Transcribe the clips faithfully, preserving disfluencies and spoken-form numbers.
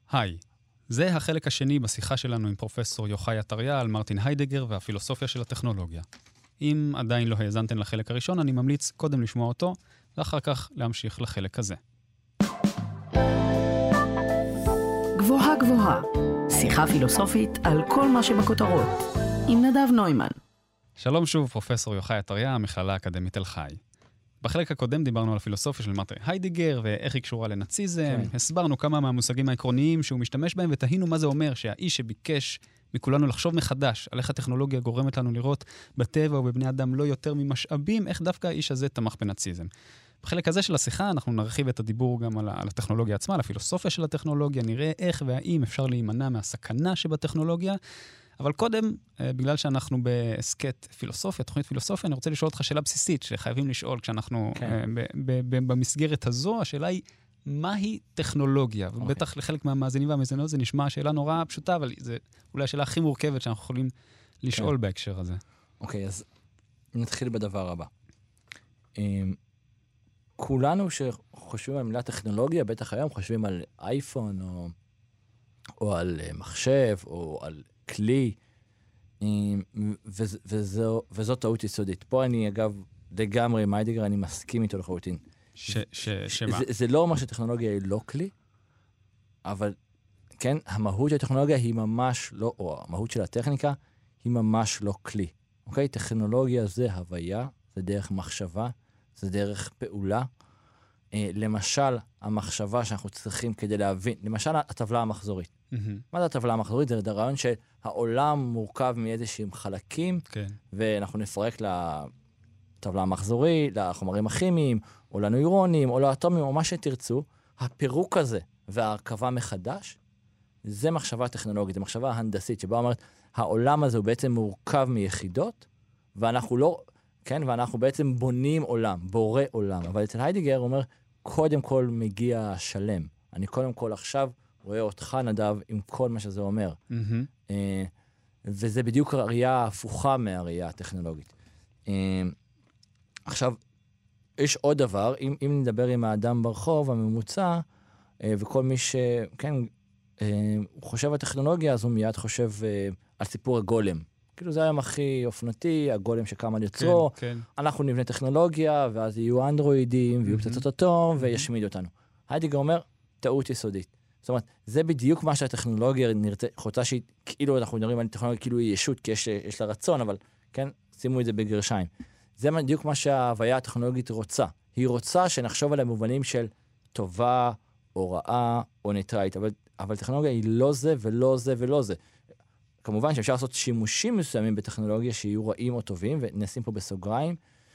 היי, זה החלק השני בשיחה שלנו עם פרופסור יוחאי עטריה על מרטין היידגר והפילוסופיה של הטכנולוגיה. אם עדיין לא האזנתם לחלק הראשון, אני ממליץ קודם לשמוע אותו, ואחר כך להמשיך לחלק הזה. גבוהה גבוהה, שיחה פילוסופית על כל מה שבכותרות, עם נדב נוימן. שלום שוב, פרופסור יוחאי עטריה, המכללה האקדמית תל חי. בחלק הקודם דיברנו על הפילוסופיה של מרטין היידגר, ואיך היא קשורה לנאציזם. כן. הסברנו כמה מהמושגים העקרוניים שהוא משתמש בהם, ותהינו מה זה אומר שהאיש שביקש מכולנו לחשוב מחדש על איך הטכנולוגיה גורמת לנו לראות בטבע ובבני אדם לא יותר ממשאבים, איך דווקא האיש הזה תמך בנאציזם. בחלק הזה של השיחה אנחנו נרחיב את הדיבור גם על, על הטכנולוגיה עצמה, על הפילוסופיה של הטכנולוגיה, נראה איך והאם אפשר להימנע מהסכנה שבטכנולוגיה. אבל קודם, בגלל שאנחנו בעסקת פילוסופיה, תוכנית פילוסופיה, אני רוצה לשאול אותך שאלה בסיסית, שחייבים לשאול כשאנחנו כן. ב- ב- ב- במסגרת הזו, השאלה היא, מהי טכנולוגיה? Okay. ובטח לחלק מהמאזינים והמאזינות זה נשמע שאלה נורא פשוטה, אבל זה אולי השאלה הכי מורכבת שאנחנו יכולים לשאול okay. בהקשר הזה. אוקיי, okay, אז נתחיל בדבר הבא. כולנו שחושבים על מילה טכנולוגיה, בטח היום חושבים על אייפון, או, או על מחשב, או על כלי, וזו, וזו, וזו טעות יסודית. פה אני, אגב, לגמרי עם היידגר, אני מסכים איתו לחלוטין. ש, ש, שמה? זה, זה לא אומר שטכנולוגיה היא לא כלי, אבל כן, המהות של הטכנולוגיה היא ממש לא, או המהות של הטכניקה היא ממש לא כלי. אוקיי? טכנולוגיה זה הוויה, זה דרך מחשבה, זה דרך פעולה. אה, למשל, המחשבה שאנחנו צריכים כדי להבין, למשל, הטבלה המחזורית. Mm-hmm. מה זה הטבלה המחזורית? זה הרעיון שהעולם מורכב מאיזשהם חלקים, כן. ואנחנו נפרק לטבלה המחזורית, לחומרים הכימיים, או לנוירונים, או לאטומים, או מה שתרצו. הפירוק הזה וההרכבה מחדש, זה מחשבה טכנולוגית, זה מחשבה הנדסית, שבה אומרת, העולם הזה הוא בעצם מורכב מיחידות, ואנחנו לא, כן, ואנחנו בעצם בונים עולם, בורא עולם. אבל אצל היידגר הוא אומר, קודם כל מגיע שלם. אני קודם כל עכשיו רואה אותך, נדב, עם כל מה שזה אומר. Mm-hmm. וזה בדיוק הראייה ההפוכה מהראייה הטכנולוגית. עכשיו, יש עוד דבר, אם, אם נדבר עם האדם ברחוב, הממוצע, וכל מי ש... כן, הוא חושב על טכנולוגיה, אז הוא מיד חושב על סיפור הגולם. כאילו זה היום הכי אופנתי, הגולם שקם על יצרו, כן, כן. אנחנו נבנה טכנולוגיה, ואז יהיו אנדרואידים, ויהיו פצצות אטום, וישמיד אותנו. היידגר אומר, טעות יסודית. זאת אומרת, זה בדיוק מה שהטכנולוגיה נרצה, חוצה שהיא, כאילו אנחנו מדברים על טכנולוגיה, כאילו היא ישות, כי יש, יש לה רצון, אבל כן, שימו את זה בגרשיים. זה בדיוק מה שההוויה הטכנולוגית רוצה. היא רוצה שנחשוב על המובנים של טובה, או רעה, או ניטרלית, אבל, אבל טכנולוגיה היא לא זה, ולא זה, ולא זה. כמובן שאפשר לעשות שימושים מסוימים בטכנולוגיה שיהיו רעים או טובים, ונשים פה בסוגריים,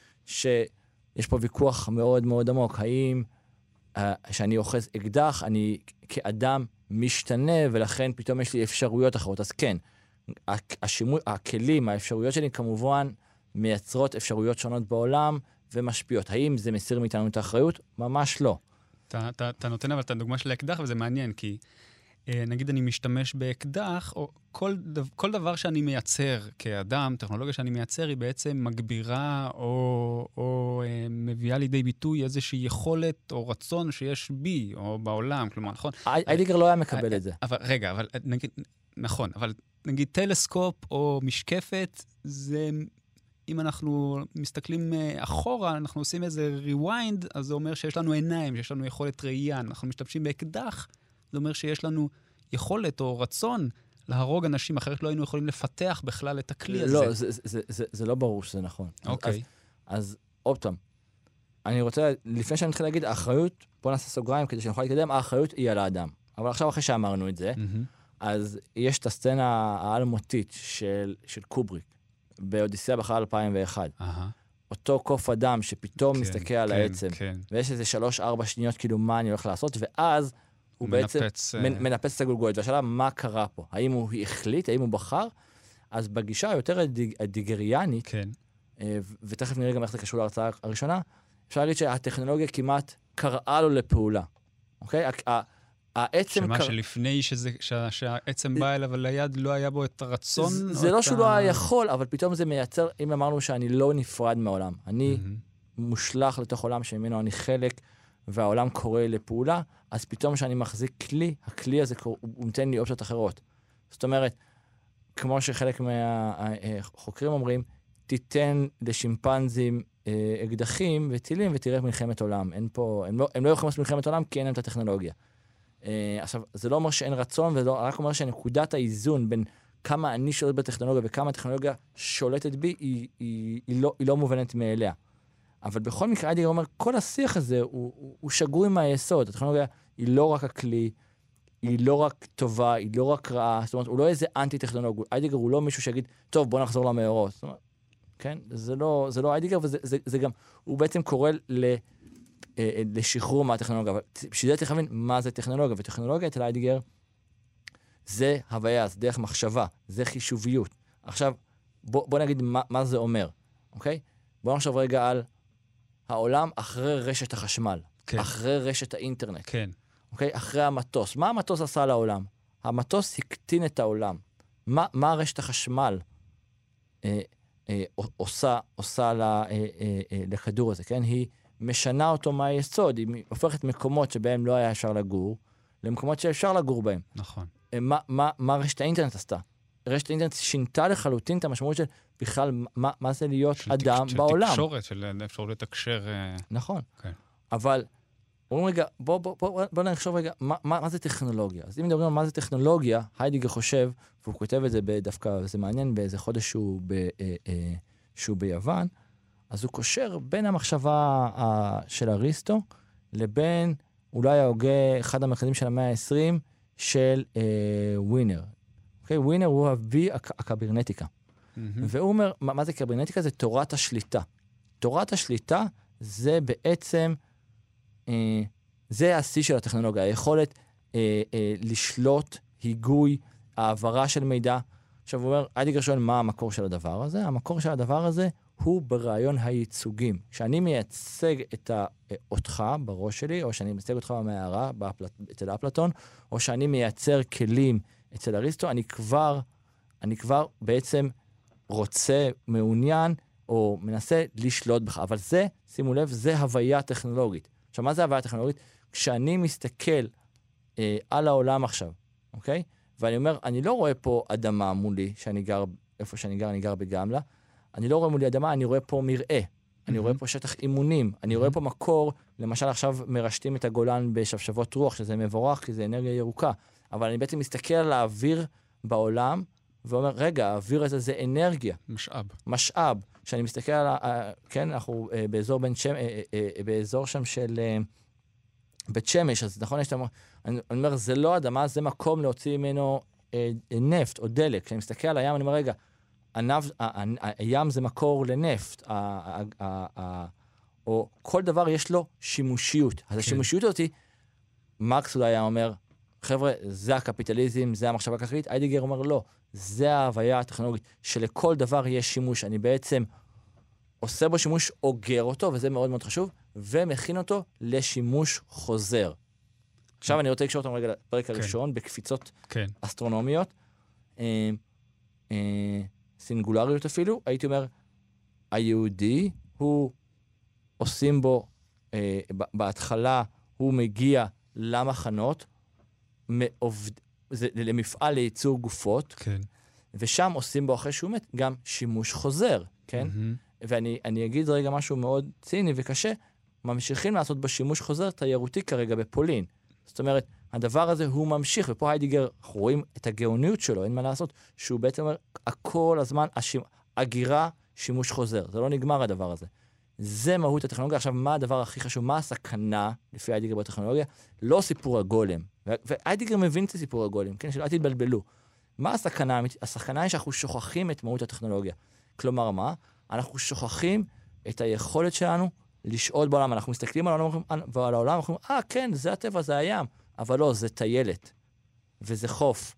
שיש פה ויכוח מאוד מאוד עמוק. האם uh, שאני אוחז אקדח, אני כאדם משתנה, ולכן פתאום יש לי אפשרויות אחרות. אז כן, השימוש, הכלים, האפשרויות שלי כמובן מייצרות אפשרויות שונות בעולם, ומשפיעות. האם זה מסיר מאיתנו את האחריות? ממש לא. אתה, אתה, אתה נותן אבל את הדוגמה של האקדח, וזה מעניין, כי נגיד אני משתמש באקדח, או כל, דו, כל דבר שאני מייצר כאדם, טכנולוגיה שאני מייצר, היא בעצם מגבירה או, או אה, מביאה לידי ביטוי איזושהי יכולת או רצון שיש בי או בעולם, כלומר, נכון? היידגר לא היה מקבל את זה. אבל רגע, אבל נגיד, נכון, אבל נגיד טלסקופ או משקפת, זה, אם אנחנו מסתכלים אחורה, אנחנו עושים איזה rewind, אז זה אומר שיש לנו עיניים, שיש לנו יכולת ראייה, אנחנו משתמשים באקדח, זה אומר שיש לנו יכולת או רצון להרוג אנשים, אחרת לא היינו יכולים לפתח בכלל את הכלי הזה. לא, זה, זה, זה, זה לא ברור שזה נכון. אוקיי. אז, אז עוד פעם, אני רוצה, לפני שאני מתחיל להגיד, האחריות, בוא נעשה סוגריים כדי שנוכל להתקדם, האחריות היא על האדם. אבל עכשיו אחרי שאמרנו את זה, mm-hmm. אז יש את הסצנה האלמותית של, של קובריק, באודיסאה בחלל אלפיים ואחת. Uh-huh. אותו קוף אדם שפתאום כן, מסתכל כן, על העצם, כן. ויש איזה שלוש, ארבע שניות, כאילו מה אני הולך לעשות, ואז הוא מנפץ, בעצם מנ, מנפץ את הגולגולת. והשאלה, מה קרה פה? האם הוא החליט? האם הוא בחר? אז בגישה היותר הדיגריאנית, כן. ותכף נראה גם איך זה קשור להרצאה הראשונה, אפשר להגיד שהטכנולוגיה כמעט קראה לו לפעולה. אוקיי? העצם שמה קר... שלפני שזה, שה, שהעצם בא אליו ליד לא היה בו את הרצון? זה, זה לא שהוא ה... לא היה יכול, אבל פתאום זה מייצר, אם אמרנו שאני לא נפרד מהעולם, אני mm-hmm. מושלך לתוך עולם שממנו אני חלק, והעולם קורא לפעולה, אז פתאום שאני מחזיק כלי, הכלי הזה הוא נותן לי אופציות אחרות. זאת אומרת, כמו שחלק מהחוקרים אומרים, תיתן לשימפנזים אה, אקדחים וטילים ותראה מלחמת עולם. אין פה, הם לא, הם לא יכולים לעשות מלחמת עולם כי אין להם את הטכנולוגיה. אה, עכשיו, זה לא אומר שאין רצון, וזה רק אומר שנקודת האיזון בין כמה אני שולט בטכנולוגיה וכמה הטכנולוגיה שולטת בי, היא, היא, היא, לא, היא לא מובנת מאליה. אבל בכל מקרה, היידיגר אומר, כל השיח הזה הוא, הוא, הוא שגוי מהיסוד. הטכנולוגיה היא לא רק הכלי, היא לא רק טובה, היא לא רק רעה, זאת אומרת, הוא לא איזה אנטי-טכנולוג. היידיגר הוא לא מישהו שיגיד, טוב, בוא נחזור למאורות. זאת אומרת, כן? זה לא, זה לא היידיגר, וזה זה, זה גם, הוא בעצם קורא ל, אה, לשחרור מהטכנולוגיה. אבל בשביל זה צריך להבין מה זה טכנולוגיה. וטכנולוגיה אצל היידיגר זה הוויה, זה דרך מחשבה, זה חישוביות. עכשיו, בוא, בוא נגיד מה, מה זה אומר, אוקיי? בוא נחשוב רגע על העולם אחרי רשת החשמל, כן. אחרי רשת האינטרנט. כן. אוקיי? אחרי המטוס. מה המטוס עשה לעולם? המטוס הקטין את העולם. מה, מה רשת החשמל אה, אה, עושה, עושה לה, אה, אה, אה, לכדור הזה, כן? היא משנה אותו מהיסוד, היא הופכת מקומות שבהם לא היה אפשר לגור, למקומות שאפשר לגור בהם. נכון. אה, מה, מה, מה רשת האינטרנט עשתה? רשת האינטרנט שינתה לחלוטין את המשמעות של בכלל מה, מה זה להיות אדם של בעולם. של תקשורת, של אפשר לתקשר. נכון. כן. אבל אומרים רגע, בוא, בוא, בוא, בוא נחשוב רגע, מה, מה, מה זה טכנולוגיה? אז אם מדברים על מה זה טכנולוגיה, היידיגר חושב, והוא כותב את זה דווקא, זה מעניין, באיזה חודש שהוא, ב, אה, אה, שהוא ביוון, אז הוא קושר בין המחשבה אה, של אריסטו, לבין אולי ההוגה, אחד המרכזים של המאה ה-עשרים, של אה, ווינר. אוקיי? ווינר הוא אבי הקברנטיקה. Mm-hmm. והוא אומר, מה, מה זה קברנטיקה? זה תורת השליטה. תורת השליטה זה בעצם, אה, זה השיא של הטכנולוגיה, היכולת אה, אה, לשלוט, היגוי, העברה של מידע. עכשיו הוא אומר, היידיגר שואל מה המקור של הדבר הזה? המקור של הדבר הזה הוא ברעיון הייצוגים. כשאני מייצג את ה, אותך בראש שלי, או שאני מייצג אותך במערה, באפלט, אצל אפלטון, או שאני מייצר כלים אצל אריסטו, אני כבר, אני כבר בעצם רוצה, מעוניין, או מנסה לשלוט בך. אבל זה, שימו לב, זה הוויה טכנולוגית. עכשיו, מה זה הוויה טכנולוגית? כשאני מסתכל אה, על העולם עכשיו, אוקיי? ואני אומר, אני לא רואה פה אדמה מולי, שאני גר, איפה שאני גר, אני גר בגמלה. אני לא רואה מולי אדמה, אני רואה פה מראה. אני רואה פה שטח אימונים. אני רואה פה מקור, למשל עכשיו מרשתים את הגולן בשבשבות רוח, שזה מבורך, כי זה אנרגיה ירוקה. אבל אני בעצם מסתכל על האוויר בעולם, ואומר, רגע, האוויר הזה זה אנרגיה. משאב. משאב. כשאני מסתכל על, כן, אנחנו באזור בן שם, באזור שם של בית שמש, אז נכון, יש, אני אומר, זה לא אדמה, זה מקום להוציא ממנו נפט או דלק. כשאני מסתכל על הים, אני אומר, רגע, הים זה מקור לנפט, או כל דבר יש לו שימושיות. אז השימושיות הזאת, מרקס אולי היה אומר, חבר'ה, זה הקפיטליזם, זה המחשבה הכלכלית. היידיגר אומר, לא, זה ההוויה הטכנולוגית, שלכל דבר יש שימוש. אני בעצם עושה בו שימוש, אוגר אותו, וזה מאוד מאוד חשוב, ומכין אותו לשימוש חוזר. עכשיו אני רוצה לקשור אותם רגע לפרק הראשון, בקפיצות אסטרונומיות, סינגולריות אפילו. הייתי אומר, היהודי, הוא עושים בו, בהתחלה הוא מגיע למחנות, מעובד, זה למפעל לייצור גופות, כן. ושם עושים בו אחרי שהוא מת גם שימוש חוזר, כן? Mm-hmm. ואני אני אגיד רגע משהו מאוד ציני וקשה, ממשיכים לעשות בשימוש חוזר תיירותי כרגע בפולין. זאת אומרת, הדבר הזה הוא ממשיך, ופה היידיגר, אנחנו רואים את הגאוניות שלו, אין מה לעשות, שהוא בעצם אומר, הכל הזמן, השימ... הגירה, שימוש חוזר. זה לא נגמר הדבר הזה. זה מהות הטכנולוגיה. עכשיו, מה הדבר הכי חשוב? מה הסכנה, לפי היידיגר בטכנולוגיה? לא סיפור הגולם. והיידיגר מבין את סיפור הגולם, כן? שלא תתבלבלו. מה הסכנה? הסכנה היא שאנחנו שוכחים את מהות הטכנולוגיה. כלומר, מה? אנחנו שוכחים את היכולת שלנו לשהות בעולם. אנחנו מסתכלים על העולם, ועל העולם, אנחנו אומרים, אה, כן, זה הטבע, זה הים. אבל לא, זה טיילת. וזה חוף.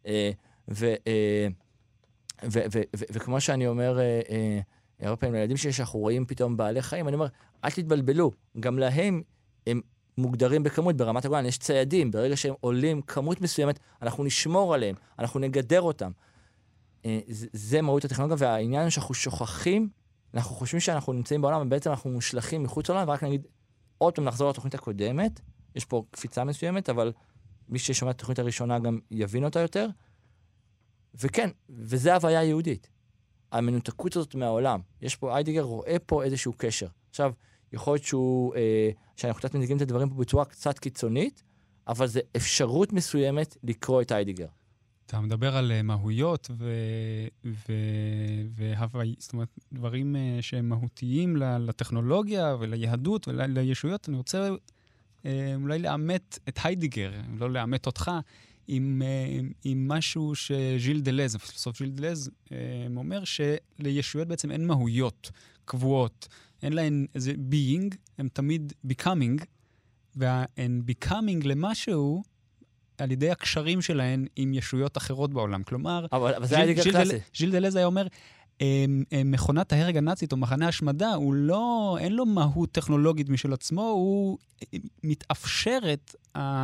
וכמו שאני אומר, הרבה פעמים לילדים שלי שאנחנו רואים פתאום בעלי חיים, אני אומר, אל תתבלבלו. גם להם הם מוגדרים בכמות, ברמת הגולן, יש ציידים, ברגע שהם עולים כמות מסוימת, אנחנו נשמור עליהם, אנחנו נגדר אותם. זה מהות הטכנולוגיה, והעניין שאנחנו שוכחים, אנחנו חושבים שאנחנו נמצאים בעולם, ובעצם אנחנו מושלכים מחוץ לעולם, ורק נגיד, עוד פעם נחזור לתוכנית הקודמת, יש פה קפיצה מסוימת, אבל מי ששומע את התוכנית הראשונה גם יבין אותה יותר, וכן, וזה הוויה יהודית. המנותקות הזאת מהעולם. יש פה, היידיגר רואה פה איזשהו קשר. עכשיו, יכול להיות שהוא, אה, שאנחנו קצת מדגים את הדברים פה בצורה קצת קיצונית, אבל זה אפשרות מסוימת לקרוא את היידיגר. אתה מדבר על uh, מהויות ו... ו... והווי... זאת אומרת, דברים uh, שהם מהותיים לטכנולוגיה וליהדות ולישויות. אני רוצה uh, אולי לאמת את היידיגר, לא לאמת אותך, עם, uh, עם משהו שז'יל דלז, הפילוסוף ז'יל דלז, uh, אומר שלישויות בעצם אין מהויות קבועות, אין להן איזה being, הם תמיד becoming, והן becoming למשהו על ידי הקשרים שלהן עם ישויות אחרות בעולם. כלומר, אבל, אבל זה היידיגר קלאסי. ז'יל דלז היה אומר, מכונת ההרג הנאצית או מחנה השמדה, הוא לא, אין לו מהות טכנולוגית משל עצמו, הוא מתאפשרת,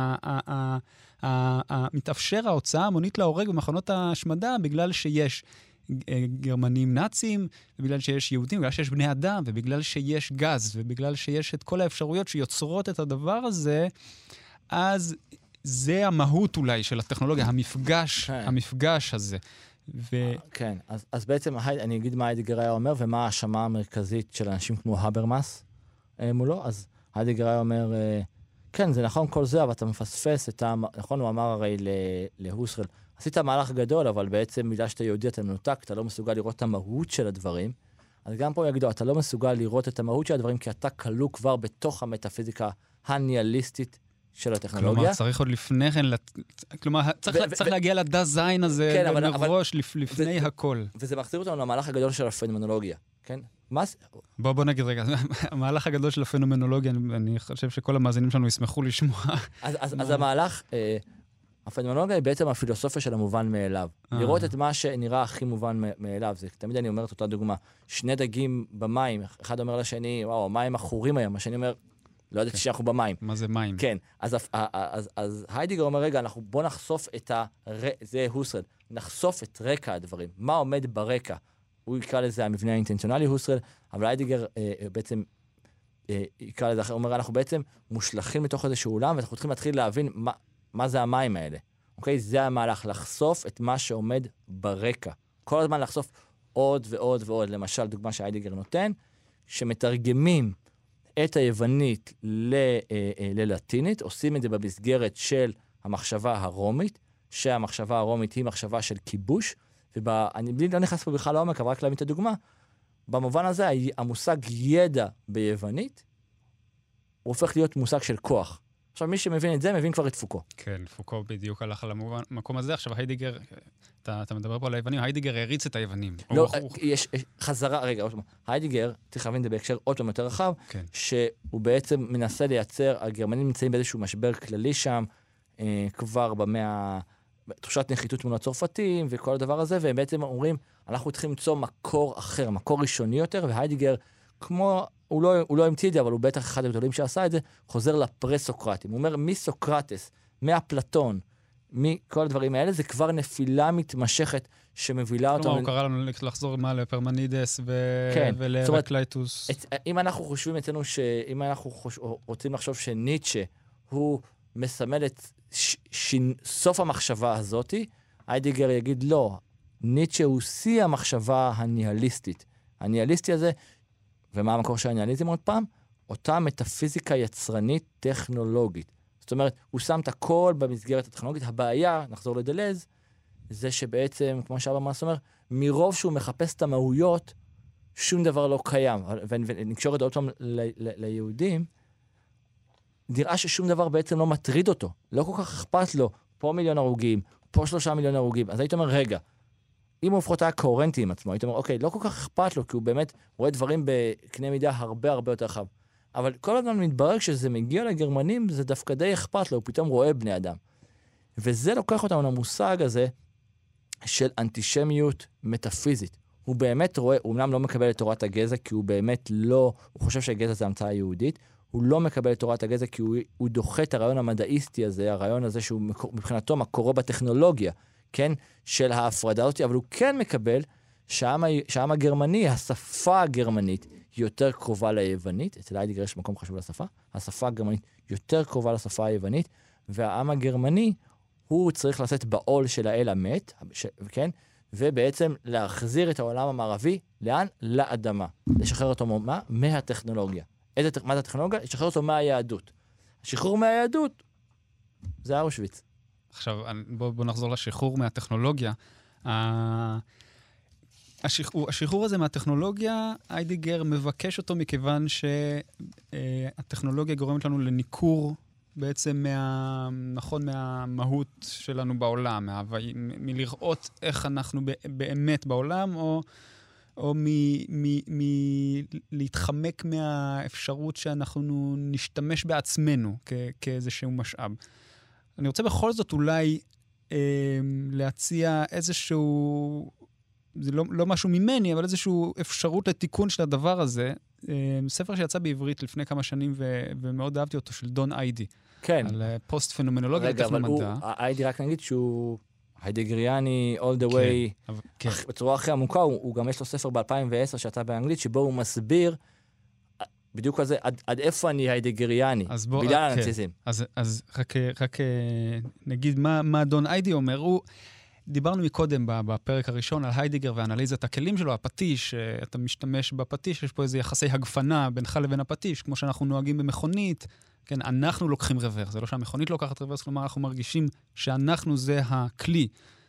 מתאפשר ההוצאה המונית להורג במחנות ההשמדה, בגלל שיש גרמנים נאצים, ובגלל שיש יהודים, בגלל שיש בני אדם, ובגלל שיש גז, ובגלל שיש את כל האפשרויות שיוצרות את הדבר הזה, אז זה המהות אולי של הטכנולוגיה, המפגש, המפגש הזה. ו... כן, אז, אז בעצם אני אגיד מה היידיגר היה אומר, ומה ההאשמה המרכזית של אנשים כמו הברמאס מולו. אז היידיגר היה אומר, כן, זה נכון כל זה, אבל אתה מפספס את ה... נכון, הוא אמר הרי להוסרל, עשית מהלך גדול, אבל בעצם בגלל שאתה יהודי, אתה מנותק, אתה לא מסוגל לראות את המהות של הדברים. אז גם פה יגידו, אתה לא מסוגל לראות את המהות של הדברים, כי אתה כלוא כבר בתוך המטאפיזיקה הניאליסטית של הטכנולוגיה. כלומר, צריך עוד לפני כן, כלומר, צריך להגיע לדזיין הזה מראש לפני הכל. וזה מחזיר אותנו למהלך הגדול של הפנומנולוגיה, כן? בוא, בוא נגיד רגע, המהלך הגדול של הפנומנולוגיה, אני חושב שכל המאזינים שלנו ישמחו לשמוע. אז המהלך, הפנומנולוגיה היא בעצם הפילוסופיה של המובן מאליו. לראות את מה שנראה הכי מובן מאליו. זה תמיד אני אומר את אותה דוגמה, שני דגים במים, אחד אומר לשני, וואו, המים עכורים היום, השני אומר, לא יודעת שאנחנו במים. מה זה מים? כן, אז, אז, אז היידיגר אומר, רגע, אנחנו בוא נחשוף את ה... זה הוסרל, נחשוף את רקע הדברים. מה עומד ברקע? הוא יקרא לזה המבנה האינטנציונלי הוסרל, אבל היידיגר אה, בעצם אה, יקרא לזה אחר. הוא אומר, אנחנו בעצם מושלכים מתוך איזשהו עולם, ואנחנו צריכים להתחיל להבין מה, מה זה המים האלה. אוקיי? זה המהלך, לחשוף את מה שעומד ברקע. כל הזמן לחשוף עוד ועוד ועוד. למשל, דוגמה שהיידיגר נותן, שמתרגמים את היוונית ללטינית, עושים את זה במסגרת של המחשבה הרומית, שהמחשבה הרומית היא מחשבה של כיבוש, ואני בלי לא נכנס פה בכלל לעומק, אבל רק להבין את הדוגמה, במובן הזה המושג ידע ביוונית, הוא הופך להיות מושג של כוח. עכשיו מי שמבין את זה, מבין כבר את פוקו. כן, פוקו בדיוק הלך על המקום הזה, עכשיו היידיגר, אתה, אתה מדבר פה על היוונים, היידיגר הריץ את היוונים. לא, הוא, יש הוא... חזרה, רגע, עוד פעם, היידיגר, צריך להבין את זה בהקשר עוד פעם יותר רחב, כן. שהוא בעצם מנסה לייצר, הגרמנים נמצאים באיזשהו משבר כללי שם, אה, כבר במאה, תחושת נחיתות מול הצרפתים וכל הדבר הזה, והם בעצם אומרים, אנחנו צריכים למצוא מקור אחר, מקור ראשוני יותר, והיידיגר, כמו, הוא לא, הוא לא המציא את זה, אבל הוא בטח אחד הגדולים שעשה את זה, חוזר לפרסוקרטים. הוא אומר, מסוקרטס, מאפלטון, מכל הדברים האלה, זה כבר נפילה מתמשכת שמבילה אותו... כלומר, הוא קרא לנו לחזור מה לפרמנידס ולהרקלייטוס. אם אנחנו חושבים אצלנו, אם אנחנו רוצים לחשוב שניטשה הוא מסמל את סוף המחשבה הזאת, היידיגר יגיד לא, ניטשה הוא שיא המחשבה הניהליסטית. הניהליסטי הזה, ומה המקור של הניהליזם עוד פעם? אותה מטאפיזיקה יצרנית טכנולוגית. זאת אומרת, הוא שם את הכל במסגרת הטכנולוגית. הבעיה, נחזור לדלז, זה שבעצם, כמו שהברמאס אומר, מרוב שהוא מחפש את המהויות, שום דבר לא קיים. ונקשור את זה עוד פעם ליהודים, נראה ששום דבר בעצם לא מטריד אותו. לא כל כך אכפת לו, פה מיליון הרוגים, פה שלושה מיליון הרוגים. אז היית אומר, רגע, אם הוא לפחות היה קוהרנטי עם עצמו, היית אומר, אוקיי, לא כל כך אכפת לו, כי הוא באמת רואה דברים בקנה מידה הרבה הרבה יותר רחב. אבל כל הזמן מתברר כשזה מגיע לגרמנים, זה דווקא די אכפת לו, הוא פתאום רואה בני אדם. וזה לוקח אותנו למושג הזה של אנטישמיות מטאפיזית. הוא באמת רואה, הוא אמנם לא מקבל את תורת הגזע, כי הוא באמת לא, הוא חושב שהגזע זה המצאה יהודית, הוא לא מקבל את תורת הגזע, כי הוא, הוא דוחה את הרעיון המדעיסטי הזה, הרעיון הזה שהוא מבחינתו מקורו בטכנולוגיה, כן, של ההפרדה הזאת, אבל הוא כן מקבל שהעם, שהעם הגרמני, השפה הגרמנית, היא יותר קרובה ליוונית, אצל היידיגר יש מקום חשוב לשפה, השפה הגרמנית יותר קרובה לשפה היוונית, והעם הגרמני, הוא צריך לשאת בעול של האל המת, ש... כן? ובעצם להחזיר את העולם המערבי, לאן? לאדמה. לשחרר אותו מה? מהטכנולוגיה. איזה, מה זה הטכנולוגיה? לשחרר אותו מהיהדות. השחרור מהיהדות, זה אושוויץ. עכשיו, בוא, בוא נחזור לשחרור מהטכנולוגיה. השחרור, השחרור הזה מהטכנולוגיה, היידיגר מבקש אותו מכיוון שהטכנולוגיה גורמת לנו לניקור בעצם מה, נכון, מהמהות שלנו בעולם, מה, מ, מלראות איך אנחנו באמת בעולם, או, או מ, מ, מ, להתחמק מהאפשרות שאנחנו נשתמש בעצמנו כ, כאיזשהו משאב. אני רוצה בכל זאת אולי אה, להציע איזשהו, זה לא, לא משהו ממני, אבל איזשהו אפשרות לתיקון של הדבר הזה. אה, ספר שיצא בעברית לפני כמה שנים, ו, ומאוד אהבתי אותו, של דון איידי. כן. על פוסט-פנומנולוגיה וטכנומדע. רגע, אבל הוא, איידי רק נגיד שהוא היידיגריאני all the way, כן, אבל, כן. בצורה הכי עמוקה, הוא, הוא גם יש לו ספר ב-אלפיים ועשר שיצא באנגלית, שבו הוא מסביר בדיוק על זה, עד, עד איפה אני היידיגריאני, בגלל הנאציזם. אז, אז רק, רק נגיד מה, מה דון איידי אומר. הוא, דיברנו מקודם בפרק הראשון על היידיגר ואנליזת הכלים שלו, הפטיש, אתה משתמש בפטיש, יש פה איזה יחסי הגפנה בינך לבין הפטיש, כמו שאנחנו נוהגים במכונית, כן, אנחנו לוקחים רוורס, זה לא שהמכונית לוקחת רוורס, כלומר אנחנו מרגישים שאנחנו זה הכלי.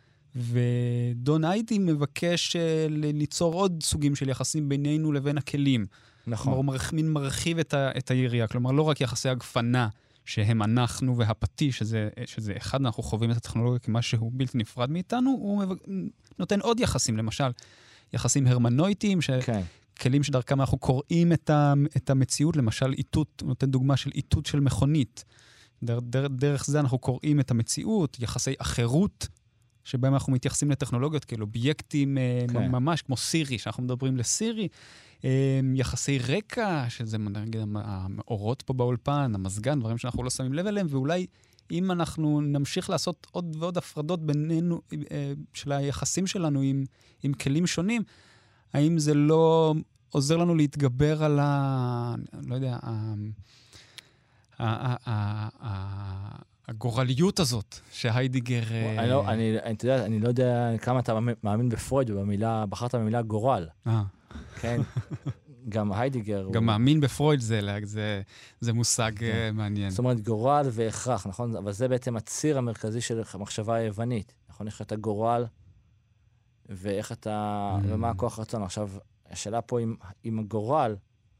ודון איידי מבקש ליצור עוד סוגים של יחסים בינינו לבין הכלים. נכון. כלומר, הוא מין מרחיב את, ה, את היריעה. כלומר, לא רק יחסי הגפנה שהם אנחנו והפטיש, שזה, שזה אחד, אנחנו חווים את הטכנולוגיה כמשהו בלתי נפרד מאיתנו, הוא מבק... נותן עוד יחסים, למשל, יחסים הרמנויטיים, ש... כן. כלים שדרכם אנחנו קוראים את, ה, את המציאות, למשל איתות, נותן דוגמה של איתות של מכונית. דר, דר, דרך זה אנחנו קוראים את המציאות, יחסי אחרות, שבהם אנחנו מתייחסים לטכנולוגיות כאלה, אובייקטים כן. ממש, כמו סירי, שאנחנו מדברים לסירי, יחסי רקע, שזה נגיד האורות פה באולפן, המזגן, דברים שאנחנו לא שמים לב אליהם, ואולי אם אנחנו נמשיך לעשות עוד ועוד הפרדות בינינו, של היחסים שלנו עם, עם כלים שונים, האם זה לא עוזר לנו להתגבר על ה... לא יודע, ה... ה... ה... ה... ה... הגורליות הזאת שהיידיגר... אני לא, אני, אתה יודע, אני לא יודע כמה אתה מאמין בפרויד, ובמילה, בחרת במילה גורל. אה. כן? גם היידיגר... גם מאמין בפרויד זה, זה, זה מושג מעניין. זאת אומרת, גורל והכרח, נכון? אבל זה בעצם הציר המרכזי של המחשבה היוונית. נכון? איך אתה גורל, ואיך אתה... ומה הכוח רצון. עכשיו, השאלה פה עם, עם הגורל,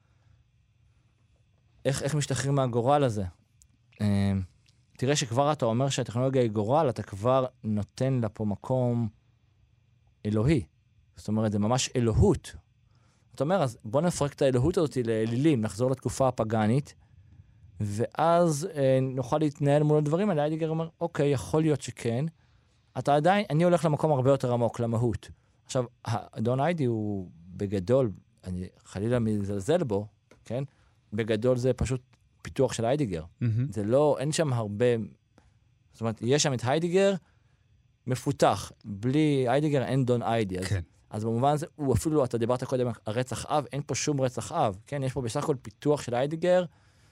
איך, איך משתחררים מהגורל הזה? תראה שכבר אתה אומר שהטכנולוגיה היא גורל, אתה כבר נותן לה פה מקום אלוהי. זאת אומרת, זה ממש אלוהות. זאת אומרת, אז בוא נפרק את האלוהות הזאת לאלילים, נחזור לתקופה הפגנית, ואז אה, נוכל להתנהל מול הדברים האלה. היידיגר אומר, אוקיי, יכול להיות שכן. אתה עדיין, אני הולך למקום הרבה יותר עמוק, למהות. עכשיו, דון איידי הוא בגדול, אני חלילה מזלזל בו, כן? בגדול זה פשוט פיתוח של היידיגר. Mm-hmm. זה לא, אין שם הרבה, זאת אומרת, יש שם את היידיגר מפותח. בלי היידיגר אין דון איידי. אז, כן. אז במובן הזה, הוא אפילו, אתה דיברת קודם על רצח אב, אין פה שום רצח אב, כן? יש פה בסך הכל פיתוח של היידיגר.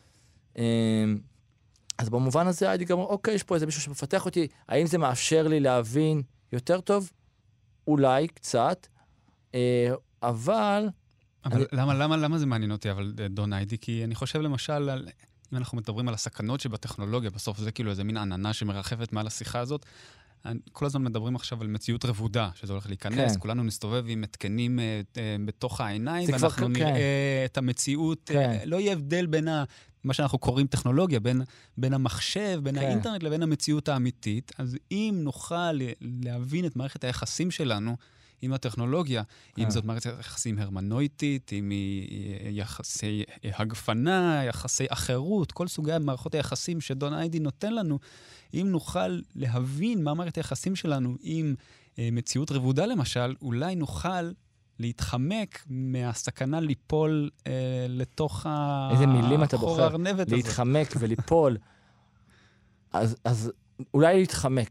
אז במובן הזה היידיגר אומר, אוקיי, יש פה איזה מישהו שמפתח אותי, האם זה מאפשר לי להבין יותר טוב? אולי, קצת, אבל... אבל אני... למה, למה, למה זה מעניין אותי, אבל דון איידי? כי אני חושב למשל, על, אם אנחנו מדברים על הסכנות שבטכנולוגיה, בסוף זה כאילו איזה מין עננה שמרחפת מעל השיחה הזאת, כל הזמן מדברים עכשיו על מציאות רבודה, שזה הולך להיכנס, כן. כולנו נסתובב עם התקנים uh, בתוך העיניים, ואנחנו כבר, נראה כן. את המציאות, כן. uh, לא יהיה הבדל בין ה... מה שאנחנו קוראים טכנולוגיה, בין, בין המחשב, בין כן. האינטרנט לבין המציאות האמיתית. אז אם נוכל להבין את מערכת היחסים שלנו עם הטכנולוגיה, כן. אם זאת מערכת יחסים הרמנויטית, אם היא יחסי הגפנה, יחסי אחרות, כל סוגי מערכות היחסים שדון איידי נותן לנו, אם נוכל להבין מה מערכת היחסים שלנו עם אה, מציאות רבודה למשל, אולי נוכל להתחמק מהסכנה ליפול אה, לתוך איזה מילים אתה בוחר, הארנבת להתחמק וליפול. אז, אז אולי להתחמק.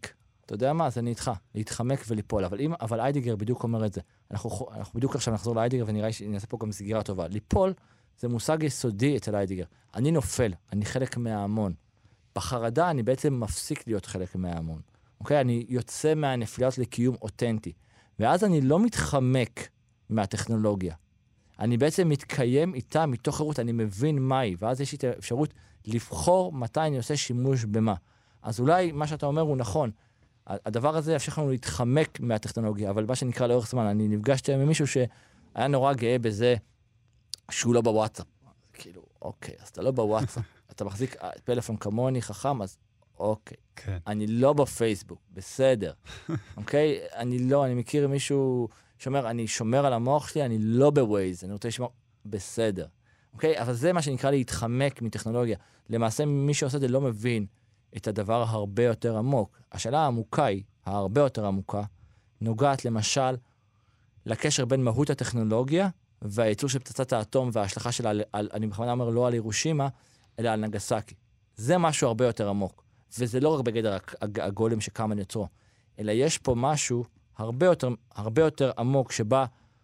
אתה יודע מה? אז אני איתך, להתחמק וליפול. אבל, אם, אבל איידיגר בדיוק אומר את זה. אנחנו, אנחנו בדיוק עכשיו נחזור לאיידיגר, ונראה שנעשה פה גם סגירה טובה. ליפול זה מושג יסודי אצל איידיגר. אני נופל, אני חלק מההמון. בחרדה אני בעצם מפסיק להיות חלק מההמון. אוקיי? אני יוצא מהנפיליות לקיום אותנטי. ואז אני לא מתחמק מהטכנולוגיה. אני בעצם מתקיים איתה מתוך חירות, אני מבין מהי, ואז יש לי את האפשרות לבחור מתי אני עושה שימוש במה. אז אולי מה שאתה אומר הוא נכון. הדבר הזה יאפשר לנו להתחמק מהטכנולוגיה, אבל מה שנקרא לאורך זמן, אני נפגשתי עם מישהו שהיה נורא גאה בזה שהוא לא בוואטסאפ. כאילו, אוקיי, אז אתה לא בוואטסאפ, אתה מחזיק פלאפון כמוני, חכם, אז אוקיי. כן. אני לא בפייסבוק, בסדר. אוקיי? אני לא, אני מכיר מישהו שאומר, אני שומר על המוח שלי, אני לא בווייז, אני רוצה לשמור, בסדר. אוקיי? אבל זה מה שנקרא להתחמק מטכנולוגיה. למעשה, מי שעושה את זה לא מבין את הדבר הרבה יותר עמוק. השאלה העמוקה היא, ההרבה יותר עמוקה, נוגעת למשל לקשר בין מהות הטכנולוגיה והייצור של פצצת האטום וההשלכה שלה, על, על, אני בכוונה אומר לא על הירושימה, אלא על נגסקי. זה משהו הרבה יותר עמוק. וזה לא רק בגדר הגולם שקם על יצרו, אלא יש פה משהו הרבה יותר, הרבה יותר עמוק, שבה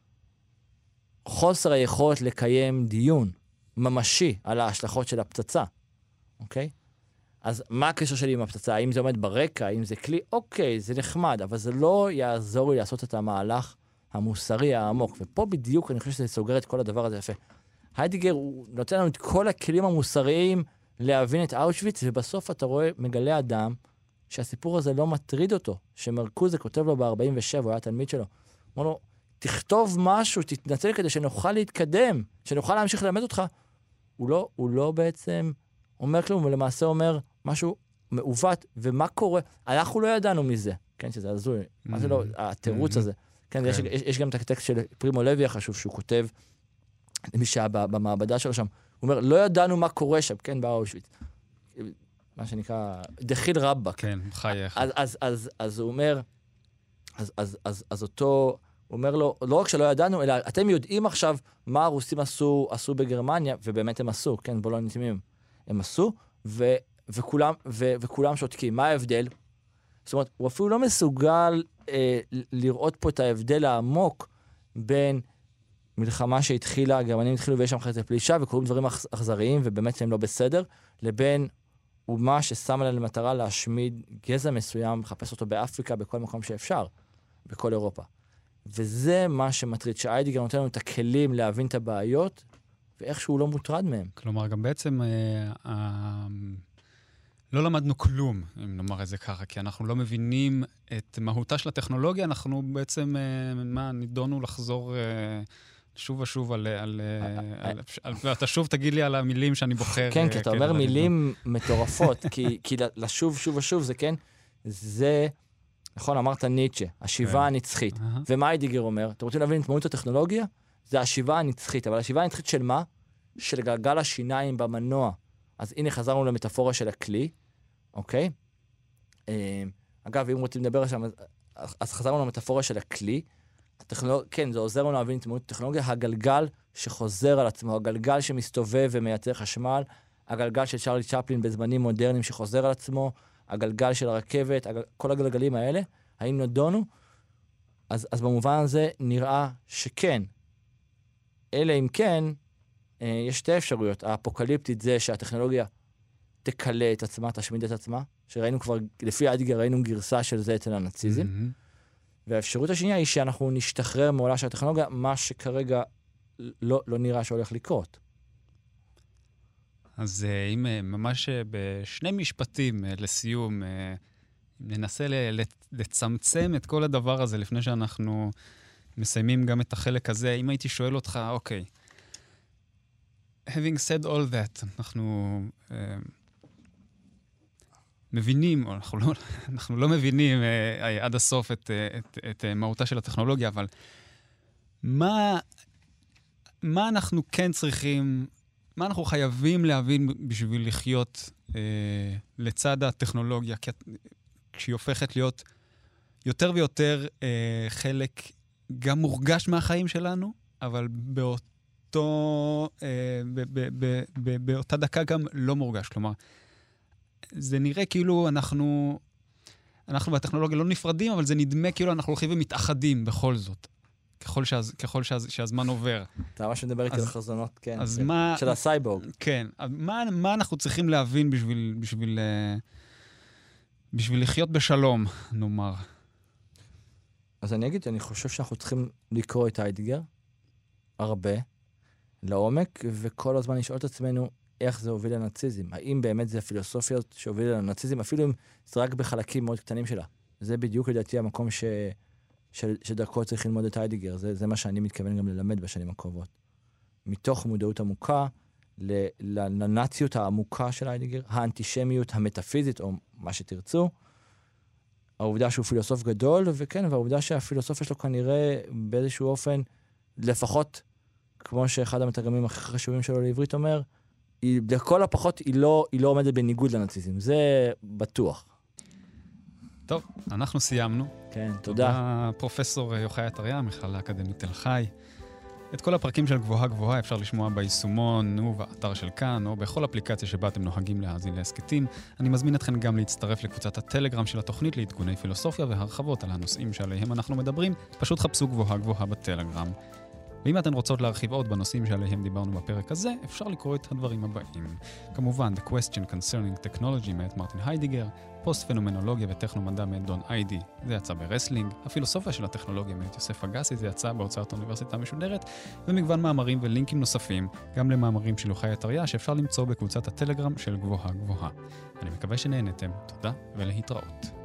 חוסר היכולת לקיים דיון ממשי על ההשלכות של הפצצה. אוקיי? אז מה הקשר שלי עם הפצצה? האם זה עומד ברקע? האם זה כלי? אוקיי, זה נחמד, אבל זה לא יעזור לי לעשות את המהלך המוסרי העמוק. ופה בדיוק אני חושב שזה סוגר את כל הדבר הזה יפה. היידיגר הוא נותן לנו את כל הכלים המוסריים להבין את אושוויץ, ובסוף אתה רואה, מגלה אדם, שהסיפור הזה לא מטריד אותו, שמרקוזה כותב לו ב-ארבעים ושבע, הוא היה תלמיד שלו. אומר לו, תכתוב משהו, תתנצל כדי שנוכל להתקדם, שנוכל להמשיך ללמד אותך. הוא לא, הוא לא בעצם אומר כלום, ולמעשה אומר משהו מעוות, ומה קורה? אנחנו לא ידענו מזה. כן, שזה הזוי. מה זה לא, התירוץ הזה. כן, יש, יש, יש גם את הטקסט של פרימו לוי החשוב, שהוא כותב, למי שהיה במעבדה שלו שם, הוא אומר, לא ידענו מה קורה שם, כן, באושוויץ. מה שנקרא, דחיל רבק. כן, חייך. אז, אז, אז, אז הוא אומר, אז, אז, אז, אז אותו, הוא אומר לו, לא רק שלא ידענו, אלא אתם יודעים עכשיו מה הרוסים עשו, עשו בגרמניה, ובאמת הם עשו, כן, בוא לא נתימים. הם עשו, ו, וכולם, ו, וכולם שותקים. מה ההבדל? זאת אומרת, הוא אפילו לא מסוגל אה, לראות פה את ההבדל העמוק בין מלחמה שהתחילה, הגרמנים התחילו ויש שם אחרי זה פלישה, וקוראים דברים אכזריים, ובאמת הם לא בסדר, לבין אומה ששמה לה למטרה להשמיד גזע מסוים, לחפש אותו באפריקה, בכל מקום שאפשר, בכל אירופה. וזה מה שמטריד, שהיידיגר נותן לנו את הכלים להבין את הבעיות, ואיכשהו לא מוטרד מהם. כלומר, גם בעצם אה, אה, לא למדנו כלום, אם נאמר את זה ככה, כי אנחנו לא מבינים את מהותה של הטכנולוגיה, אנחנו בעצם, אה, מה, נידונו לחזור... אה, שוב ושוב על... על, על, על, ואתה שוב תגיד לי על המילים שאני בוחר. כן, כי אתה אומר מילים מטורפות, כי, כי לשוב שוב ושוב זה כן, זה, נכון, אמרת ניטשה, השיבה הנצחית. ומה היידיגר אומר? אתם רוצים להבין את מהות הטכנולוגיה? זה השיבה הנצחית, אבל השיבה הנצחית של מה? של גלגל השיניים במנוע. אז הנה חזרנו למטאפורה של הכלי, אוקיי? אגב, אם רוצים לדבר שם, אז חזרנו למטאפורה של הכלי, הטכנולוג... כן, זה עוזר לנו להבין את הטכנולוגיה, הגלגל שחוזר על עצמו, הגלגל שמסתובב ומייצר חשמל, הגלגל של צ'רלי צ'פלין בזמנים מודרניים שחוזר על עצמו, הגלגל של הרכבת, הגל... כל הגלגלים האלה, האם נדונו? אז, אז במובן הזה נראה שכן. אלא אם כן, אה, יש שתי אפשרויות. האפוקליפטית זה שהטכנולוגיה תקלה את עצמה, תשמיד את עצמה, שראינו כבר, לפי היידיגר ראינו גרסה של זה אצל הנאציזם, mm-hmm. והאפשרות השנייה היא שאנחנו נשתחרר מעולה של הטכנולוגיה, מה שכרגע לא, לא נראה שהולך לקרות. אז אם ממש בשני משפטים לסיום, ננסה לצמצם את כל הדבר הזה לפני שאנחנו מסיימים גם את החלק הזה. אם הייתי שואל אותך, אוקיי, having said all that, אנחנו... מבינים, או אנחנו לא, אנחנו לא מבינים אה, עד הסוף את, את, את, את מהותה של הטכנולוגיה, אבל מה, מה אנחנו כן צריכים, מה אנחנו חייבים להבין בשביל לחיות אה, לצד הטכנולוגיה, כי, כשהיא הופכת להיות יותר ויותר אה, חלק גם מורגש מהחיים שלנו, אבל באותו, אה, ב, ב, ב, ב, באותה דקה גם לא מורגש, כלומר, זה נראה כאילו אנחנו, אנחנו והטכנולוגיה לא נפרדים, אבל זה נדמה כאילו אנחנו הולכים ומתאחדים בכל זאת. ככל, שהז, ככל שהז, שהזמן עובר. אתה ממש מדבר איתי על חזונות, כן. אז כן. מה... של הסייבורג. כן. מה, מה אנחנו צריכים להבין בשביל, בשביל, בשביל לחיות בשלום, נאמר? אז אני אגיד, אני חושב שאנחנו צריכים לקרוא את היידיגר, הרבה, לעומק, וכל הזמן לשאול את עצמנו איך זה הוביל לנאציזם. האם באמת זה הפילוסופיות שהובילה לנאציזם, אפילו אם זה רק בחלקים מאוד קטנים שלה. זה בדיוק לדעתי המקום ש... של... שדרכו צריך ללמוד את היידיגר. זה, זה מה שאני מתכוון גם ללמד בשנים הקרובות. מתוך מודעות עמוקה, ל... לנאציות העמוקה של היידיגר, האנטישמיות המטאפיזית, או מה שתרצו, העובדה שהוא פילוסוף גדול, וכן, והעובדה שהפילוסופיה שלו כנראה באיזשהו אופן, לפחות, כמו שאחד המתרגמים הכי חשובים שלו לעברית אומר, היא, לכל הפחות היא לא, היא לא עומדת בניגוד לנאציזם. זה בטוח. טוב, אנחנו סיימנו. כן, תודה. תודה, פרופסור יוחאי עטריה, מכללה האקדמית תל חי. את כל הפרקים של גבוהה גבוהה אפשר לשמוע ביישומון ובאתר של כאן, או בכל אפליקציה שבה אתם נוהגים להאזין להסכתים. אני מזמין אתכם גם להצטרף לקבוצת הטלגרם של התוכנית לעדכוני פילוסופיה והרחבות על הנושאים שעליהם אנחנו מדברים. פשוט חפשו גבוהה גבוהה בטלגרם. ואם אתן רוצות להרחיב עוד בנושאים שעליהם דיברנו בפרק הזה, אפשר לקרוא את הדברים הבאים. כמובן, The Question Concerning Technology מאת מרטין היידיגר, פוסט-פנומנולוגיה וטכנומדע מאת דון איידי, זה יצא ברסלינג, הפילוסופיה של הטכנולוגיה מאת יוסף אגסי, זה יצא בהוצאת האוניברסיטה המשודרת, ומגוון מאמרים ולינקים נוספים, גם למאמרים של יוחאי עטריה, שאפשר למצוא בקבוצת הטלגרם של גבוהה גבוהה. אני מקווה שנהנתם, תודה ולהתראות.